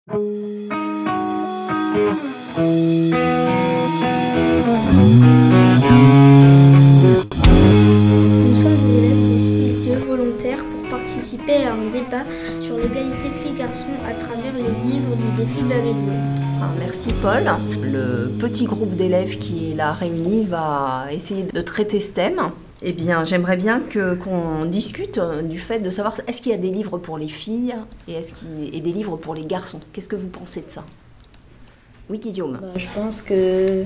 Nous sommes des élèves de 6-2 volontaires pour participer à un débat sur l'égalité filles-garçons à travers les livres du défi Babelio. Merci Paul. Le petit groupe d'élèves qui est là réuni va essayer de traiter ce thème. Eh bien, j'aimerais bien qu'on discute du fait de savoir est-ce qu'il y a des livres pour les filles et des livres pour les garçons. Qu'est-ce que vous pensez de ça? Oui, Guillaume. Je pense que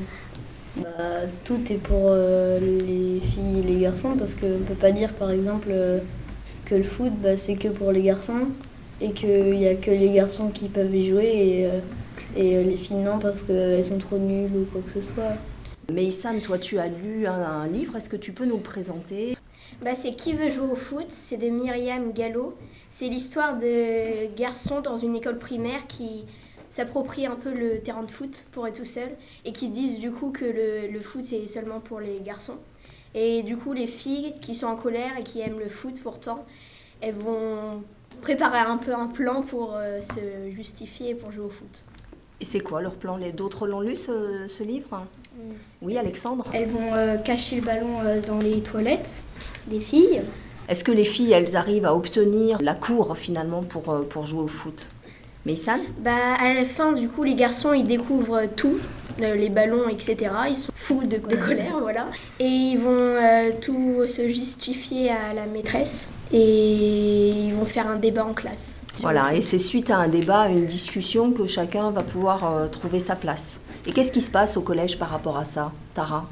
tout est pour les filles et les garçons, parce qu'on ne peut pas dire par exemple que le foot c'est que pour les garçons et qu'il n'y a que les garçons qui peuvent y jouer et les filles non parce qu'elles sont trop nulles ou quoi que ce soit. Mais Issam, toi tu as lu un livre, est-ce que tu peux nous le présenter? C'est Qui veut jouer au foot, c'est de Myriam Gallo. C'est l'histoire de garçons dans une école primaire qui s'approprient un peu le terrain de foot pour être tout seul et qui disent du coup que le foot c'est seulement pour les garçons. Et du coup les filles qui sont en colère et qui aiment le foot pourtant, elles vont préparer un peu un plan pour se justifier pour jouer au foot. Et c'est quoi leur plan? D'autres l'ont lu ce livre? Oui, Alexandre? Elles vont cacher le ballon dans les toilettes des filles. Est-ce que les filles, elles arrivent à obtenir la cour finalement pour jouer au foot? Mais Issam? À la fin, du coup, les garçons, ils découvrent tout, les ballons, etc. Ils sont fous de colère, voilà. Et ils vont tout se justifier à la maîtresse et ils vont faire un débat en classe. Voilà, et c'est suite à un débat, une discussion que chacun va pouvoir trouver sa place. Et qu'est-ce qui se passe au collège par rapport à ça, Tara?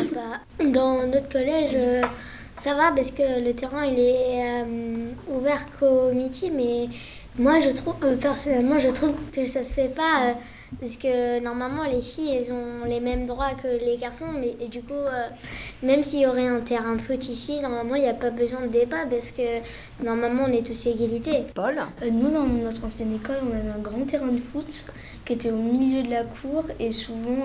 Dans notre collège, ça va parce que le terrain il est ouvert qu'aux métiers, mais moi je trouve, personnellement, je trouve que ça se fait pas parce que normalement les filles elles ont les mêmes droits que les garçons, et du coup même s'il y aurait un terrain de foot ici, normalement il n'y a pas besoin de débat parce que normalement on est tous égalité. Paul? Nous, dans notre ancienne école, on avait un grand terrain de foot qui était au milieu de la cour, et souvent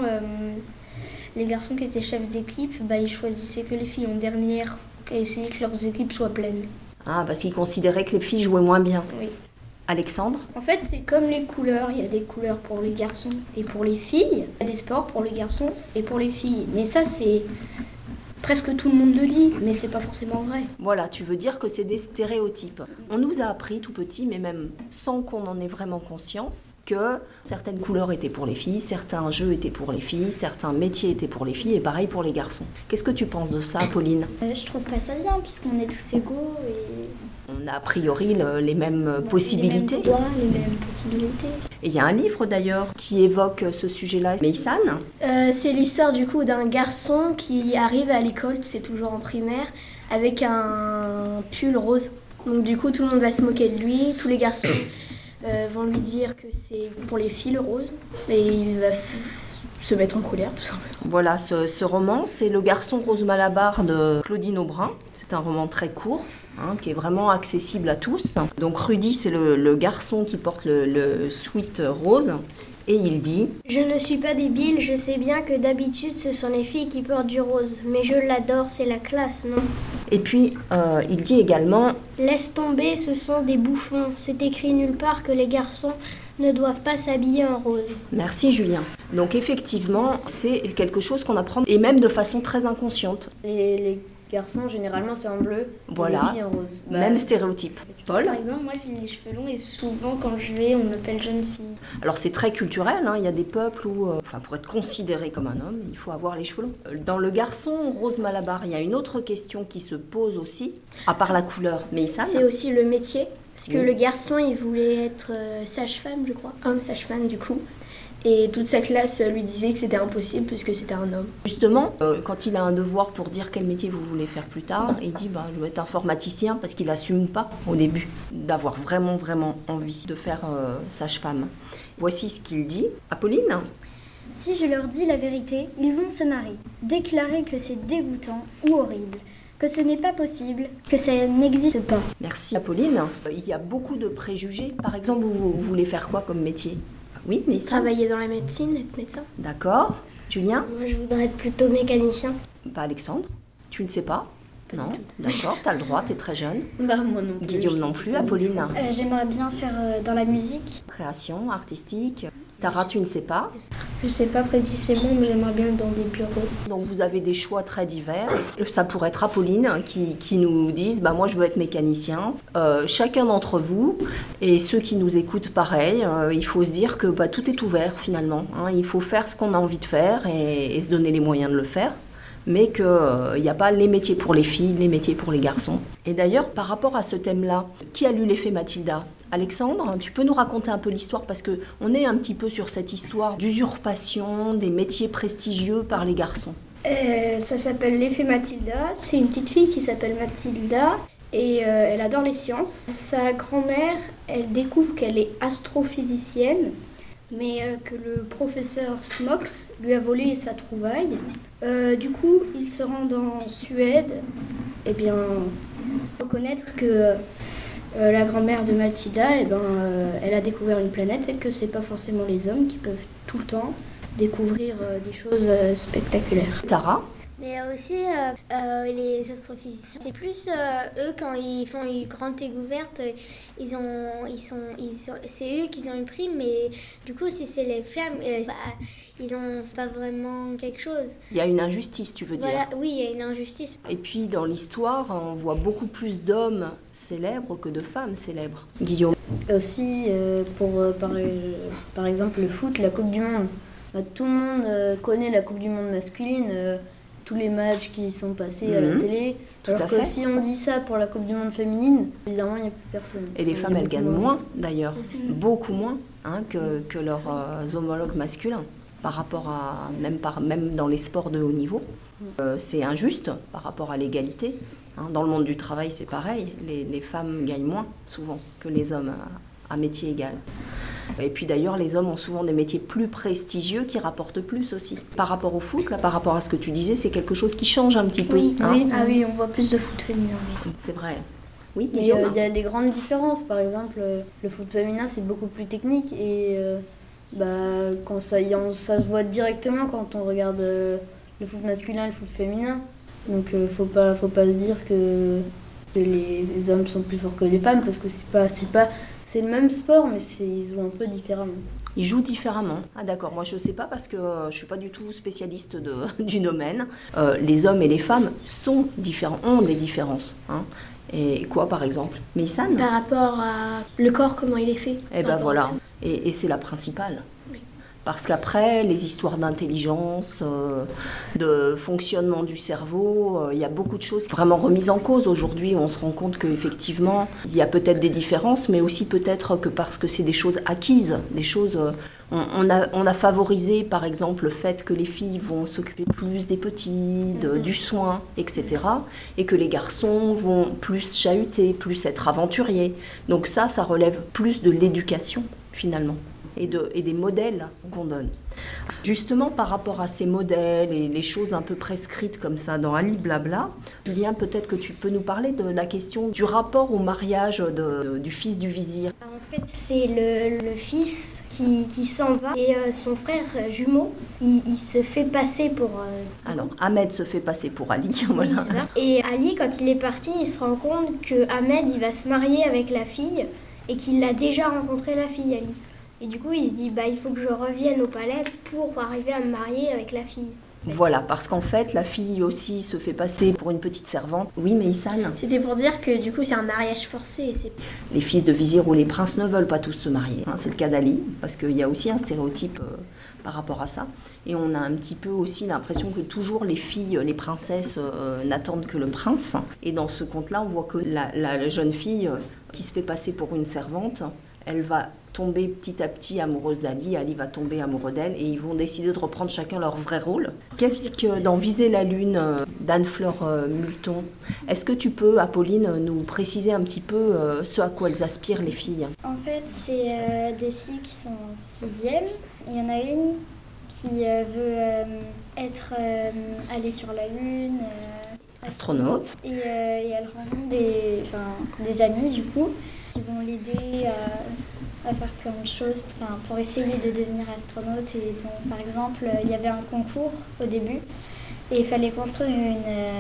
les garçons qui étaient chefs d'équipe, ils choisissaient que les filles en dernière et essayaient que leurs équipes soient pleines. Ah, parce qu'ils considéraient que les filles jouaient moins bien. Oui. Alexandre? En fait, c'est comme les couleurs. Il y a des couleurs pour les garçons et pour les filles. Il y a des sports pour les garçons et pour les filles. Mais ça, c'est... Presque tout le monde le dit, mais c'est pas forcément vrai. Voilà, tu veux dire que c'est des stéréotypes. On nous a appris tout petit, mais même sans qu'on en ait vraiment conscience, que certaines couleurs étaient pour les filles, certains jeux étaient pour les filles, certains métiers étaient pour les filles, et pareil pour les garçons. Qu'est-ce que tu penses de ça, Pauline? Je trouve pas ça bien puisqu'on est tous égaux et... On a a priori les mêmes possibilités. Les mêmes droits, les mêmes possibilités. Et il y a un livre d'ailleurs qui évoque ce sujet-là. Meissan? C'est l'histoire du coup d'un garçon qui arrive à l'école, c'est toujours en primaire, avec un pull rose. Donc du coup tout le monde va se moquer de lui, tous les garçons vont lui dire que c'est pour les filles le rose, et il va se mettre en colère tout simplement. Voilà, ce roman, c'est Le garçon rose Malabar de Claudine Aubrun. C'est un roman très court, qui est vraiment accessible à tous. Donc Rudy, c'est le garçon qui porte le sweat rose. Et il dit: Je ne suis pas débile, je sais bien que d'habitude ce sont les filles qui portent du rose, mais je l'adore, c'est la classe, non? Et puis il dit également: Laisse tomber, ce sont des bouffons, c'est écrit nulle part que les garçons ne doivent pas s'habiller en rose. Merci Julien. Donc effectivement, c'est quelque chose qu'on apprend, et même de façon très inconsciente. Les garçons, généralement, c'est en bleu, voilà. Et les filles en rose. Même stéréotype. Paul? Par exemple, moi j'ai les cheveux longs et souvent quand je vais, on m'appelle jeune fille. Alors c'est très culturel, il y a des peuples où, pour être considéré comme un homme, il faut avoir les cheveux longs. Dans Le garçon rose Malabar, il y a une autre question qui se pose aussi, à part la couleur. Mais ça, c'est aussi le métier, parce que le garçon, il voulait être sage-femme, je crois, homme sage-femme du coup. Et toute sa classe lui disait que c'était impossible puisque c'était un homme. Justement, quand il a un devoir pour dire quel métier vous voulez faire plus tard, il dit je veux être informaticien, parce qu'il n'assume pas au début d'avoir vraiment envie de faire sage-femme. Voici ce qu'il dit. Apolline? Si je leur dis la vérité, ils vont se marrer, déclarer que c'est dégoûtant ou horrible, que ce n'est pas possible, que ça n'existe pas. Merci Apolline. Il y a beaucoup de préjugés. Par exemple, vous voulez faire quoi comme métier? Oui, mais ça... Travailler dans la médecine, être médecin. D'accord. Julien? Moi, je voudrais être plutôt mécanicien. Alexandre, tu ne sais pas? Non, d'accord, t'as le droit, t'es très jeune. Bah moi non plus. Guillaume non plus, Apolline. J'aimerais bien faire dans la musique. Création, artistique. Tara, tu ne sais pas. Je sais pas précisément, mais j'aimerais bien être dans des bureaux. Donc vous avez des choix très divers. Ça pourrait être Apolline qui nous dise moi je veux être mécanicien. Chacun d'entre vous et ceux qui nous écoutent pareil, il faut se dire que tout est ouvert finalement. Il faut faire ce qu'on a envie de faire et se donner les moyens de le faire. Mais qu'il n'y a pas les métiers pour les filles, les métiers pour les garçons. Et d'ailleurs, par rapport à ce thème-là, qui a lu les Fées Mathilda ? Alexandre, tu peux nous raconter un peu l'histoire parce qu'on est un petit peu sur cette histoire d'usurpation des métiers prestigieux par les garçons. Ça s'appelle Les Fées Mathilda. C'est une petite fille qui s'appelle Mathilda et elle adore les sciences. Sa grand-mère, elle découvre qu'elle est astrophysicienne, mais que le professeur Smox lui a volé sa trouvaille. Du coup, ils se rendent en Suède. Eh bien, reconnaître que la grand-mère de Mathilda, elle a découvert une planète et que c'est pas forcément les hommes qui peuvent tout le temps découvrir des choses spectaculaires. Tara ? Mais aussi, les astrophysiciens, c'est plus eux, quand ils font une grande découverte, c'est eux qui ont une prime, mais du coup, si c'est les femmes, ils n'ont pas vraiment quelque chose. Il y a une injustice, tu veux dire ? Voilà, oui, il y a une injustice. Et puis, dans l'histoire, on voit beaucoup plus d'hommes célèbres que de femmes célèbres. Guillaume ? Aussi, par exemple, le foot, la Coupe du Monde. Tout le monde connaît la Coupe du Monde masculine, tous les matchs qui sont passés à la télé. Alors que si on dit ça pour la Coupe du Monde féminine, évidemment, il n'y a plus personne. Et les femmes, elles gagnent moins, d'ailleurs, beaucoup moins que leurs homologues masculins, par rapport à, même dans les sports de haut niveau. C'est injuste par rapport à l'égalité. Dans le monde du travail, c'est pareil. Les femmes gagnent moins, souvent, que les hommes à métier égal. Et puis d'ailleurs, les hommes ont souvent des métiers plus prestigieux qui rapportent plus aussi. Par rapport au foot, là, par rapport à ce que tu disais, c'est quelque chose qui change un petit peu. Oui, on voit plus de foot féminin. Oui. C'est vrai. Oui, Il Guillaume ? y a des grandes différences. Par exemple, le foot féminin, c'est beaucoup plus technique et quand ça se voit directement quand on regarde le foot masculin et le foot féminin. Donc faut pas se dire que les hommes sont plus forts que les femmes parce que c'est le même sport, mais ils jouent un peu différemment. Ils jouent différemment. Ah d'accord, moi je ne sais pas parce que je ne suis pas du tout spécialiste du domaine. Les hommes et les femmes sont différents, ont des différences. Et quoi par exemple ? Meyssane ? Par rapport à le corps, comment il est fait. Eh ben voilà, et c'est la principale. Parce qu'après, les histoires d'intelligence, de fonctionnement du cerveau, il y a beaucoup de choses vraiment remises en cause aujourd'hui. On se rend compte qu'effectivement, il y a peut-être des différences, mais aussi peut-être que parce que c'est des choses acquises, des choses... On a favorisé, par exemple, le fait que les filles vont s'occuper plus des petits, du soin, etc. Et que les garçons vont plus chahuter, plus être aventuriers. Donc ça relève plus de l'éducation, finalement. Et des modèles qu'on donne. Justement, par rapport à ces modèles et les choses un peu prescrites comme ça dans Ali Blabla, Julien, peut-être que tu peux nous parler de la question du rapport au mariage du fils du vizir. En fait, c'est le fils qui s'en va et son frère jumeau, il se fait passer pour... Alors, Ahmed se fait passer pour Ali. Voilà. Oui, c'est ça. Et Ali, quand il est parti, il se rend compte que Ahmed, il va se marier avec la fille et qu'il a déjà rencontré la fille, Ali. Et du coup, il se dit, il faut que je revienne au palais pour arriver à me marier avec la fille. Voilà, parce qu'en fait, la fille aussi se fait passer pour une petite servante. Oui, Meyssane ? C'était pour dire que du coup, c'est un mariage forcé. Les fils de vizirs ou les princes ne veulent pas tous se marier. C'est le cas d'Ali, parce qu'il y a aussi un stéréotype par rapport à ça. Et on a un petit peu aussi l'impression que toujours les filles, les princesses, n'attendent que le prince. Et dans ce conte-là, on voit que la jeune fille qui se fait passer pour une servante, elle va tomber petit à petit amoureuse d'Ali, Ali va tomber amoureux d'elle et ils vont décider de reprendre chacun leur vrai rôle. Qu'est-ce que dans Viser la Lune d'Anne-Fleur Multon, est-ce que tu peux, Apolline, nous préciser un petit peu ce à quoi elles aspirent les filles ? En fait, c'est des filles qui sont en 6e. Il y en a une qui veut aller sur la Lune. Astronaute. Et elle rencontre des amis du coup qui vont l'aider à faire plein de choses pour essayer de devenir astronaute. Et donc, par exemple, il y avait un concours au début et il fallait construire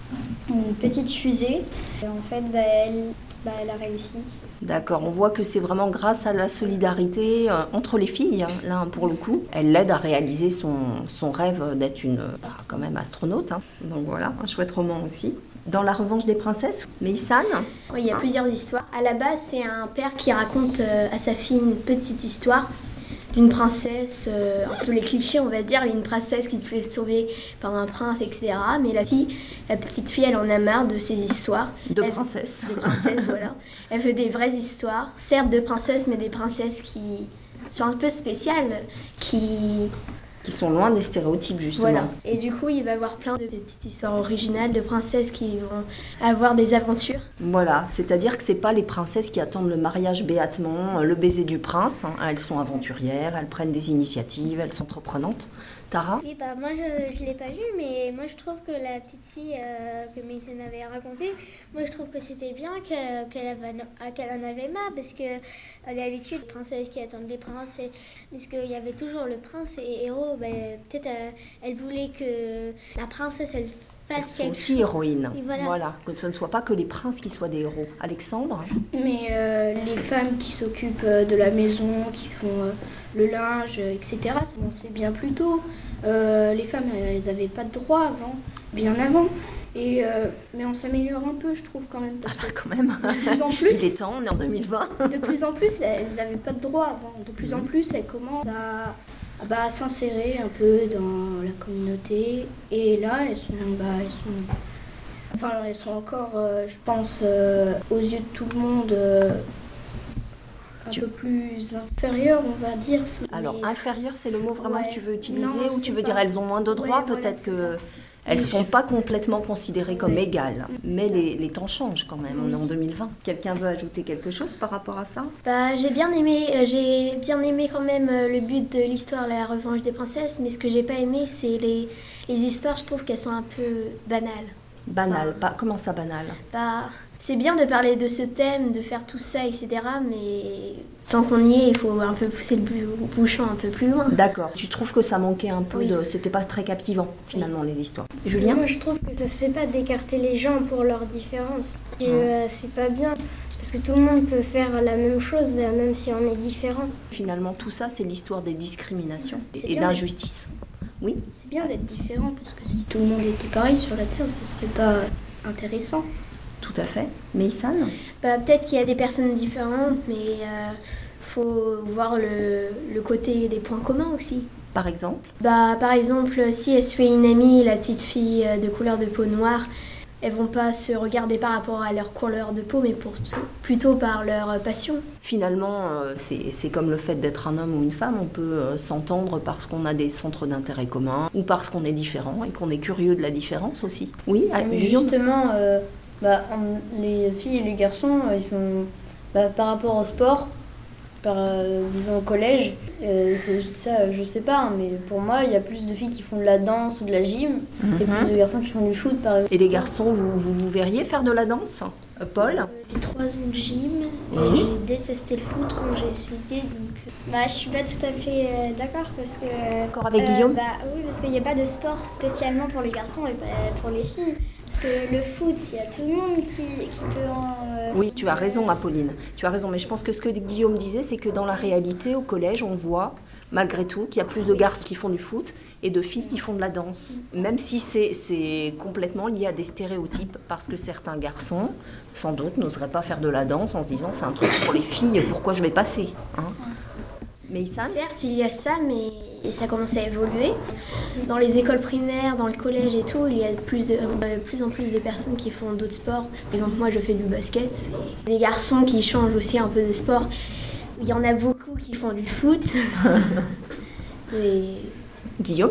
une petite fusée. Et en fait, elle a réussi. D'accord, on voit que c'est vraiment grâce à la solidarité entre les filles, hein, là pour le coup. Elle l'aide à réaliser son rêve d'être quand même astronaute. Hein. Donc voilà, un chouette roman aussi. Dans La Revanche des princesses, Meïsane. Oui, il y a plusieurs histoires. À la base, c'est un père qui raconte à sa fille une petite histoire d'une princesse, un peu les clichés on va dire, une princesse qui se fait sauver par un prince, etc. Mais la petite fille, elle en a marre de ces histoires. De princesse. De princesse, voilà. Elle veut des vraies histoires, certes de princesses, mais des princesses qui sont un peu spéciales, qui sont loin des stéréotypes, justement. Voilà. Et du coup, il va y avoir plein de petites histoires originales de princesses qui vont avoir des aventures. Voilà, c'est-à-dire que c'est pas les princesses qui attendent le mariage béatement, le baiser du prince. Hein. Elles sont aventurières, elles prennent des initiatives, elles sont entreprenantes. Tara ? Oui, moi je l'ai pas vu, mais moi je trouve que la petite fille que Meïsane avait racontée, moi je trouve que c'était bien qu'elle en avait marre, parce que d'habitude, les princesses qui attendent les princes, parce qu'il y avait toujours le prince et héros, peut-être elle voulait que la princesse elle fasse quelque chose. Aussi héroïne. Voilà. Que ce ne soit pas que les princes qui soient des héros. Alexandre ? Mais les femmes qui s'occupent de la maison, qui font le linge, etc., on sait bien plus tôt. Les femmes, elles n'avaient pas de droit avant, bien avant. Mais on s'améliore un peu, je trouve, quand même. Parce que quand même. De plus en plus. Il est temps, on est en 2020. De plus en plus, elles n'avaient pas de droit avant. De plus en plus, elles commencent à s'insérer un peu dans la communauté. Et là, elles sont encore, je pense, aux yeux de tout le monde, un peu plus inférieures, on va dire. Alors, inférieure, c'est le mot vraiment que tu veux utiliser, non, ou tu veux dire elles ont moins de droits, peut-être que... Elles ne sont pas complètement considérées comme égales, mais les temps changent quand même, on est en 2020. Quelqu'un veut ajouter quelque chose par rapport à ça ? J'ai bien aimé quand même le but de l'histoire, La Revanche des princesses, mais ce que j'ai pas aimé, c'est les histoires, je trouve qu'elles sont un peu banales. Banales, comment ça banales ? C'est bien de parler de ce thème, de faire tout ça, etc., mais tant qu'on y est, il faut un peu pousser le bouchon un peu plus loin. D'accord. Tu trouves que ça manquait un peu c'était pas très captivant, finalement, les histoires. Julien ? Moi, je trouve que ça se fait pas d'écarter les gens pour leurs différences. C'est pas bien, parce que tout le monde peut faire la même chose, même si on est différent. Finalement, tout ça, c'est l'histoire des discriminations et d'injustices. Oui ? C'est bien d'être différent, parce que si tout le monde était pareil sur la Terre, ce serait pas intéressant. Tout à fait. Meïsane ? Peut-être qu'il y a des personnes différentes, mais faut voir le côté des points communs aussi. Par exemple ? Par exemple, si elle se fait une amie, la petite fille de couleur de peau noire, elles vont pas se regarder par rapport à leur couleur de peau, mais plutôt par leur passion. Finalement, c'est comme le fait d'être un homme ou une femme, on peut s'entendre parce qu'on a des centres d'intérêt communs, ou parce qu'on est différent et qu'on est curieux de la différence aussi. Oui, justement... les filles et les garçons, ils sont par rapport au sport, disons au collège, ça je sais pas, mais pour moi il y a plus de filles qui font de la danse ou de la gym et plus de garçons qui font du foot par exemple. Et les garçons, vous verriez faire de la danse ? Paul ? J'ai 3 ans de gym, et j'ai détesté le foot quand j'ai essayé, donc je suis pas tout à fait d'accord parce que... D'accord avec Guillaume ? Oui, parce qu'il n'y a pas de sport spécialement pour les garçons et pour les filles. Parce que le foot, il y a tout le monde qui peut en... Oui, tu as raison, Apolline. Tu as raison, mais je pense que ce que Guillaume disait, c'est que dans la réalité, au collège, on voit, malgré tout, qu'il y a plus de garçons qui font du foot et de filles qui font de la danse. Même si c'est complètement lié à des stéréotypes, parce que certains garçons, sans doute, n'oseraient pas faire de la danse en se disant « c'est un truc pour les filles, pourquoi je vais passer ?» Meïsane ? Certes, il y a ça, mais ça commence à évoluer. Dans les écoles primaires, dans le collège et tout, il y a de plus en plus de personnes qui font d'autres sports. Par exemple, moi, je fais du basket. Des garçons qui changent aussi un peu de sport. Il y en a beaucoup qui font du foot. Guillaume ?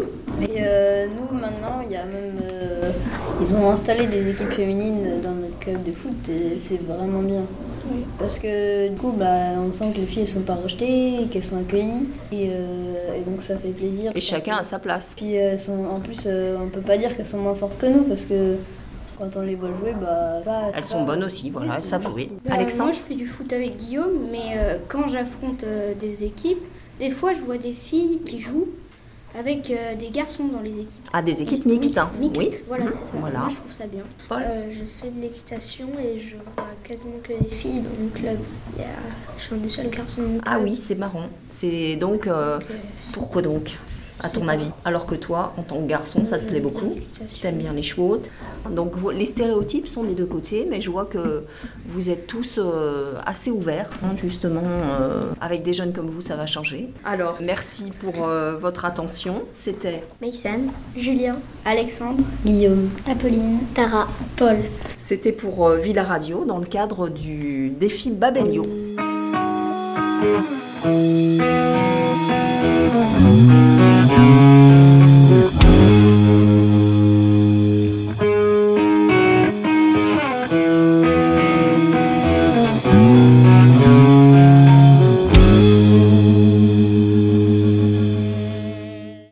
Mais nous, maintenant, il y a même... ils ont installé des équipes féminines dans notre club de foot et c'est vraiment bien. Oui. Parce que du coup, on sent que les filles ne sont pas rejetées, qu'elles sont accueillies et donc ça fait plaisir. Et chacun a sa place. Puis en plus, on peut pas dire qu'elles sont moins fortes que nous parce que quand on les voit jouer, elles sont bonnes aussi, voilà, elles savent jouer. Alexandre ? Moi, je fais du foot avec Guillaume, mais quand j'affronte des équipes, des fois, je vois des filles qui jouent Avec des garçons dans les équipes. Ah, des équipes mixtes. Mixtes, Oui. voilà, c'est ça. Voilà. Moi, je trouve ça bien. Paul Je fais de l'équitation et je vois quasiment que les filles dans mon club. Je suis un des seuls garçons de mon club. Ah oui, c'est marrant. C'est donc... pourquoi donc, à ton avis? Alors que toi, en tant que garçon, ça te plaît beaucoup. T'aimes bien les chevaux. Donc les stéréotypes sont des deux côtés, mais je vois que vous êtes tous assez ouverts, justement. Avec des jeunes comme vous, ça va changer. Alors, merci pour votre attention. C'était Maïsen, Julien, Alexandre, Guillaume. Apolline, Tara, Paul. C'était pour Villa Radio dans le cadre du défi Babelio.